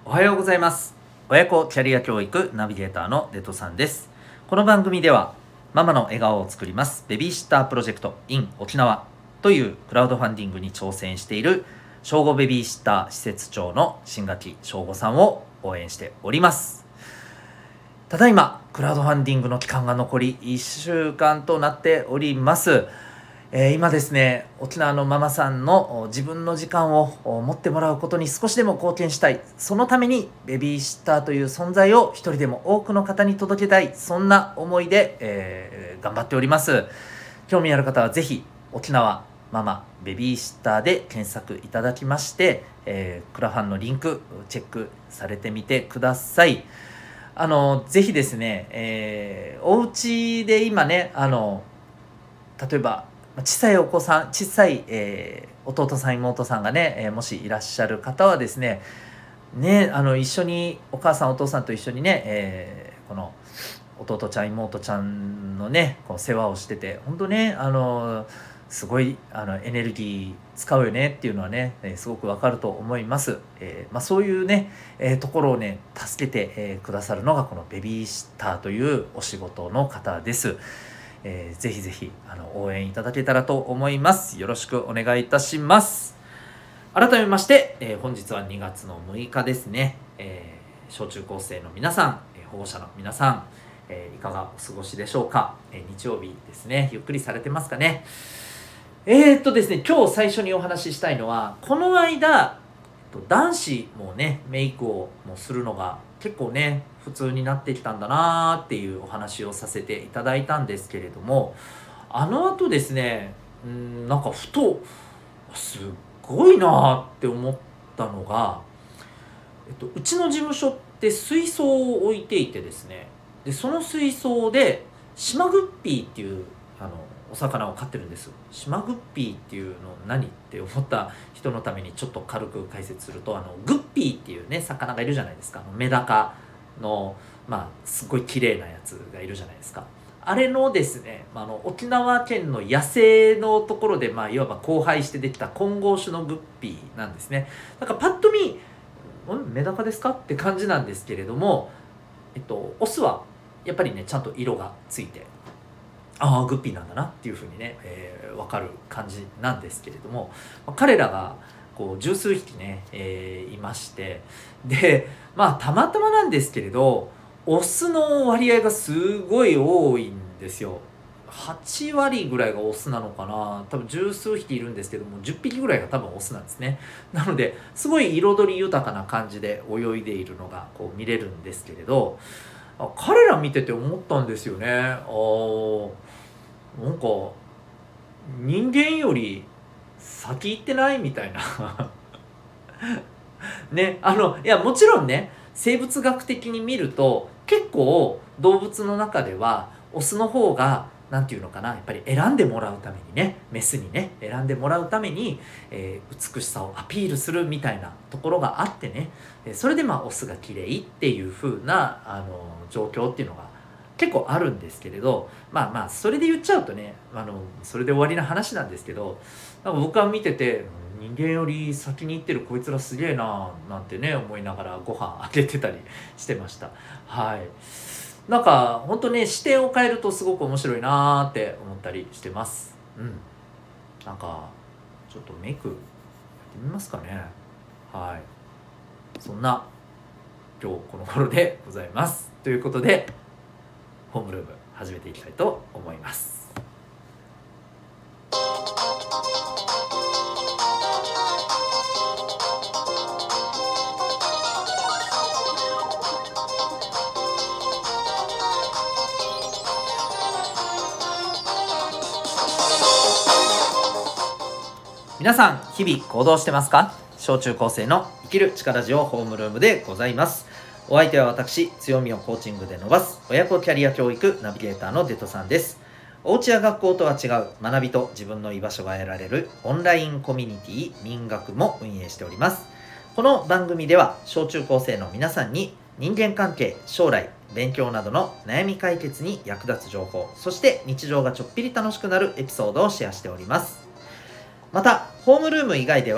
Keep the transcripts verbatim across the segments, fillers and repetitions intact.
おはようございます。親子キャリア教育ナビゲーターのデトさんです。この番組ではママの笑顔を作りますベビーシッタープロジェクト in 沖縄というクラウドファンディングに挑戦している小5ベビーシッター施設長の新垣翔吾さんを応援しております。ただいまクラウドファンディングの期間が残りいっしゅうかんとなっております。えー今ですね、沖縄のママさんのお自分の時間をお持ってもらうことに少しでも貢献したい。そのためにベビーシッターという存在を一人でも多くの方に届けたい。そんな思いで、えー頑張っております。興味ある方はぜひ沖縄ママベビーシッターで検索いただきまして、えークラファンのリンクチェックされてみてください。あのぜひですね、えーお家で今ね、あの例えばま小さいお子さん小さい、えー弟さん妹さんがね、えーもしいらっしゃる方はですねねあの一緒にお母さんお父さんと一緒にね、えーこの弟ちゃん妹ちゃんのねこう世話をしてて、本当ねあのすごいあのエネルギー使うよねっていうのはね、えーすごくわかると思います。えーまあ、そういうね、えーところをね助けて、えーくださるのがこのベビーシッターというお仕事の方です。えーぜひぜひあの応援いただけたらと思います。よろしくお願いいたします。改めまして、えー本日はにがつのむいかですね。えー小中高生の皆さん、えー保護者の皆さん、えーいかがお過ごしでしょうか。えー日曜日ですね。ゆっくりされてますかね。えーっとですね、今日最初にお話ししたいのは、この間、えっと男子もね、メイクをもうするのが結構ね、普通になってきたんだなーっていうお話をさせていただいたんですけれども、あの後ですね、うーん、なんかふと、すっごいなーって思ったのが、えっと、うちの事務所って水槽を置いていてですね、でその水槽で島グッピーっていうあのお魚を飼ってるんです。島グッピーっていうの何って思った人のためにちょっと軽く解説すると、あのグッピーっていうね魚がいるじゃないですか。あのメダカのまあすごい綺麗なやつがいるじゃないですか。あれのですね、まあ、あの沖縄県の野生のところで、まあ、いわば交配してできた混合種のグッピーなんですね。だからパッと見んメダカですかって感じなんですけれども、えっと、オスはやっぱりねちゃんと色がついて、ああグッピーなんだなっていうふうにね、えー、分かる感じなんですけれども、彼らがこう十数匹ね、えーいまして、でまあたまたまなんですけれどオスの割合がすごい多いんですよ。はちわりぐらいがオスなのかな。多分十数匹いるんですけどもじゅっぴきぐらいが多分オスなんですね。なのですごい彩り豊かな感じで泳いでいるのがこう見れるんですけれど、あ彼ら見てて思ったんですよね。あーなんか人間より先行ってないみたいなね、あのいやもちろんね生物学的に見ると結構動物の中ではオスの方がなんていうのかな、やっぱり選んでもらうためにねメスにね選んでもらうために、えー美しさをアピールするみたいなところがあってね、えーそれでまあオスが綺麗っていう風なあの状況っていうのが結構あるんですけれど、まあまあそれで言っちゃうとねあのそれで終わりな話なんですけど、なんか僕は見てて人間より先に行ってるこいつらすげえななんてね思いながらご飯あげてたりしてました。はい。なんか本当ね視点を変えるとすごく面白いなーって思ったりしてます。うん。なんかちょっとメイクやってみますかね。はい。そんな今日この頃でございます。ということでホームルーム始めていきたいと思います。皆さん日々行動してますか？小中高生の生きる力ジオホームルームでございます。お相手は私、強みをコーチングで伸ばす親子キャリア教育ナビゲーターのデトさんです。お家や学校とは違う学びと自分の居場所が得られるオンラインコミュニティ民学も運営しております。この番組では小中高生の皆さんに人間関係、将来、勉強などの悩み解決に役立つ情報、そして日常がちょっぴり楽しくなるエピソードをシェアしております。またホームルーム以外では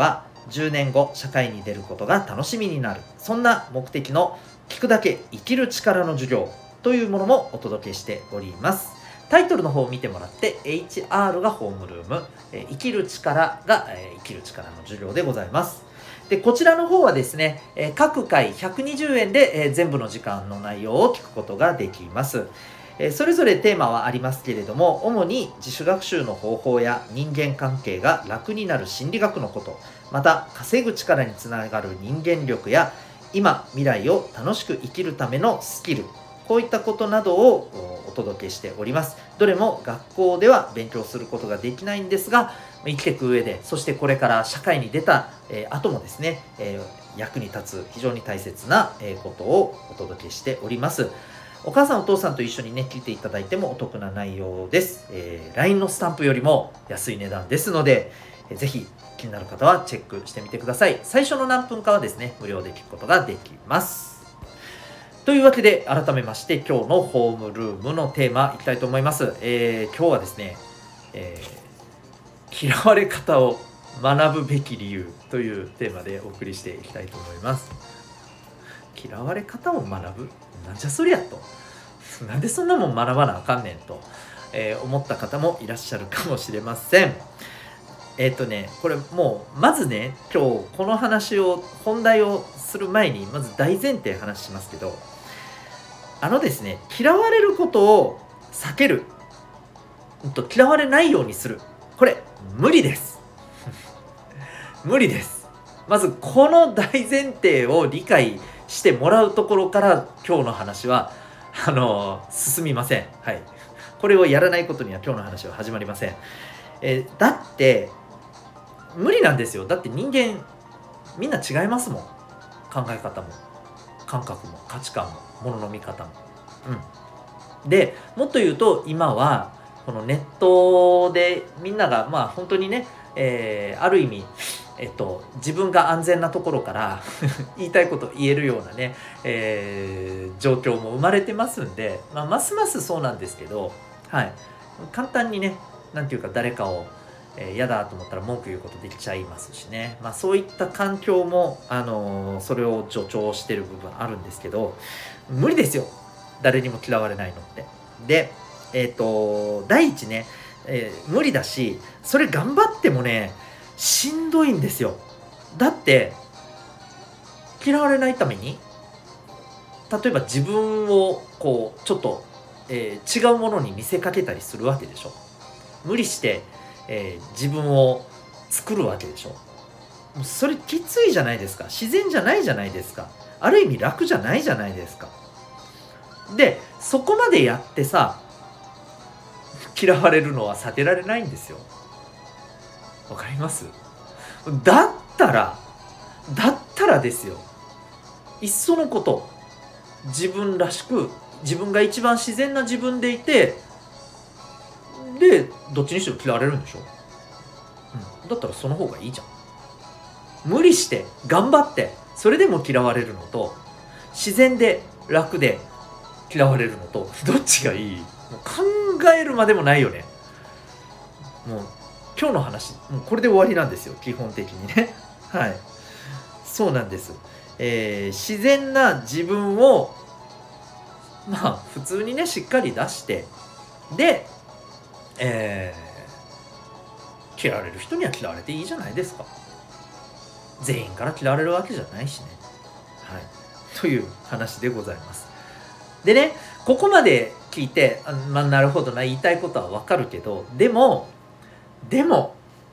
じゅうねんご社会に出ることが楽しみになる、そんな目的の聞くだけ生きる力の授業というものもお届けしております。タイトルの方を見てもらって、 エイチアール がホームルーム、えー生きる力が、えー生きる力の授業でございます。でこちらの方はですね、えー各回ひゃくにじゅうえんで、えー全部の時間の内容を聞くことができます。えーそれぞれテーマはありますけれども、主に自主学習の方法や人間関係が楽になる心理学のこと、また稼ぐ力につながる人間力や今未来を楽しく生きるためのスキル、こういったことなどをお届けしております。どれも学校では勉強することができないんですが、生きていく上で、そしてこれから社会に出た、えー後もですね、えー役に立つ非常に大切な、えーことをお届けしております。お母さんお父さんと一緒にね聞いていただいてもお得な内容です。えー ライン のスタンプよりも安い値段ですので、えーぜひ気になる方はチェックしてみてください。最初の何分かはですね無料で聞くことができます。というわけで改めまして今日のホームルームのテーマいきたいと思います。えー今日はですね、えー嫌われ方を学ぶべき理由というテーマでお送りしていきたいと思います。嫌われ方を学ぶ、なんじゃそりゃと、なんでそんなもん学ばなあかんねんと、えー思った方もいらっしゃるかもしれません。えっ、とねこれもうまずね、今日この話を本題をする前にまず大前提話しますけど、あのですね、嫌われることを避ける、うんと嫌われないようにする、これ無理です無理です。まずこの大前提を理解してもらうところから今日の話はあの進みません。はい、これをやらないことには今日の話は始まりません。えーだって無理なんですよ。だって人間みんな違いますもん。考え方も感覚も価値観も物の見方も。うん。でもっと言うと今はこのネットでみんながまあ本当にね、えーある意味えっと、自分が安全なところから言いたいこと言えるようなね、えー状況も生まれてますんで、まあ、ますますそうなんですけど、はい、簡単にね、なんていうか誰かを、えー嫌だと思ったら文句言うことできちゃいますしね、まあ、そういった環境も、あのーそれを助長してる部分あるんですけど、無理ですよ、誰にも嫌われないのって。で、えっ、と第一ね、えー無理だし、それ頑張ってもねしんどいんですよ。だって嫌われないために例えば自分をこうちょっと、えー違うものに見せかけたりするわけでしょ。無理して、えー自分を作るわけでしょ。もうそれきついじゃないですか。自然じゃないじゃないですか。ある意味楽じゃないじゃないですか。でそこまでやってさ、嫌われるのは避けられないんですよ。わかります？だったらだったらですよ、いっそのこと自分らしく、自分が一番自然な自分でいて、でどっちにしろ嫌われるんでしょ、うん、だったらその方がいいじゃん。無理して頑張ってそれでも嫌われるのと、自然で楽で嫌われるのと、どっちがいい？もう考えるまでもないよね。もう今日の話もうこれで終わりなんですよ、基本的にね。はい、そうなんです。えー自然な自分をまあ普通にねしっかり出して、で、えー嫌われる人には嫌われていいじゃないですか。全員から嫌われるわけじゃないしね。はい、という話でございます。でね、ここまで聞いて、あまあなるほどな、言いたいことはわかるけど、でもでも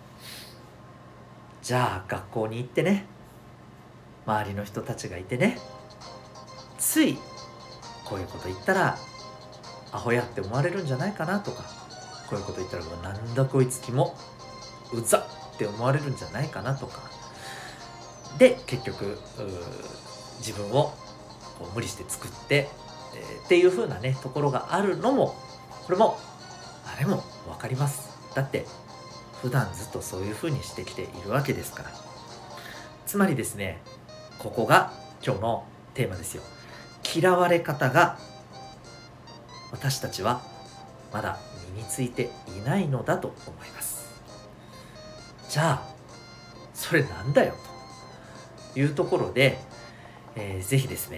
じゃあ学校に行ってね、周りの人たちがいてね、ついこういうこと言ったらアホやって思われるんじゃないかなとか、こういうこと言ったらなんだこいつキモうざって思われるんじゃないかなとかで、結局うー自分をこう無理して作って、えーっていう風なねところがあるのも、これもあれも分かります。だって普段ずっとそういう風にしてきているわけですから。つまりですね、ここが今日のテーマですよ。嫌われ方が私たちはまだ身についていないのだと思います。じゃあそれなんだよというところで、えー、ぜひですね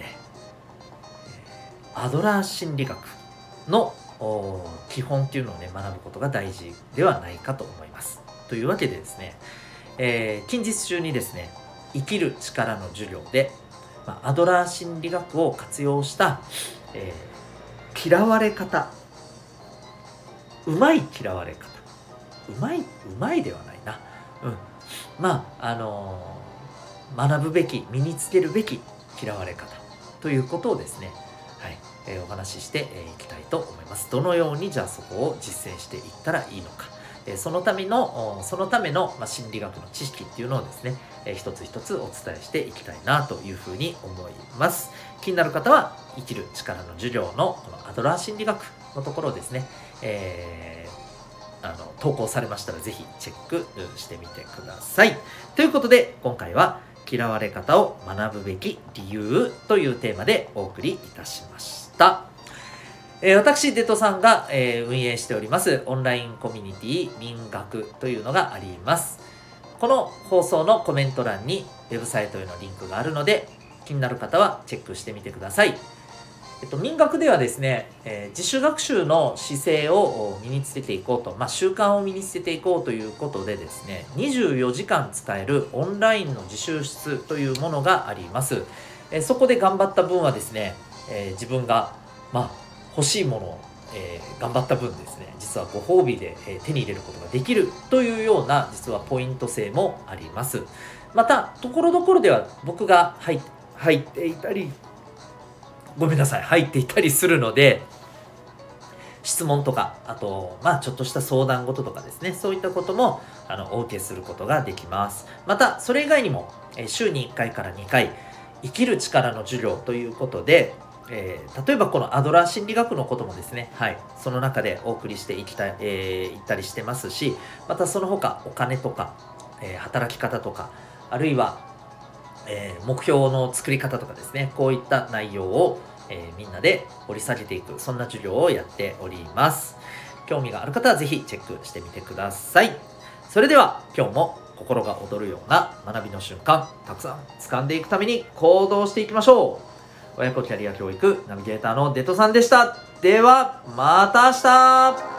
アドラー心理学の基本っていうのをね学ぶことが大事ではないかと思います。というわけでですね、えー、近日中にですね生きる力の授業で、まあ、アドラー心理学を活用した、えー、嫌われ方、うまい嫌われ方、うまいうまいではないな、うん、まああのー、学ぶべき身につけるべき嫌われ方ということをですね、はいえー、お話ししてい、えー、きたいと思います。どのようにじゃあそこを実践していったらいいのか、えー、そのためのそのための、まあ、心理学の知識っていうのをですね、えー、一つ一つお伝えしていきたいなというふうに思います。気になる方は生きる力の授業のこのアドラー心理学のところをですね、えー、あの投稿されましたらぜひチェックしてみてください。ということで今回は嫌われ方を学ぶべき理由というテーマでお送りいたしました。えー、私デトさんが、えー、運営しておりますオンラインコミュニティ民学というのがあります。この放送のコメント欄にウェブサイトへのリンクがあるので気になる方はチェックしてみてください。えっと、民学ではですね、えー、自主学習の姿勢を身につけていこうと、まあ、習慣を身につけていこうということでですね、にじゅうよじかん使えるオンラインの自習室というものがあります。えー、そこで頑張った分はですね、えー、自分が、まあ、欲しいものを、えー、頑張った分ですね、実はご褒美で、えー、手に入れることができるというような実はポイント性もあります。また、ところどころでは僕が入入っていたり、ごめんなさい、入っていたりするので、質問とか、あと、まあ、ちょっとした相談事とかですね、そういったことも、あの、お受けすることができます。また、それ以外にも、え週にいっかいからにかい、生きる力の授業ということで、えー、例えばこのアドラー心理学のこともですね、はい、その中でお送りしていきたい、えー、いったりしてますし、またその他、お金とか、えー、働き方とか、あるいは、えー、目標の作り方とかですね、こういった内容を、えー、みんなで掘り下げていく、そんな授業をやっております。興味がある方はぜひチェックしてみてください。それでは今日も心が躍るような学びの瞬間、たくさん掴んでいくために行動していきましょう。親子キャリア教育ナビゲーターのデトさんでした。ではまた明日。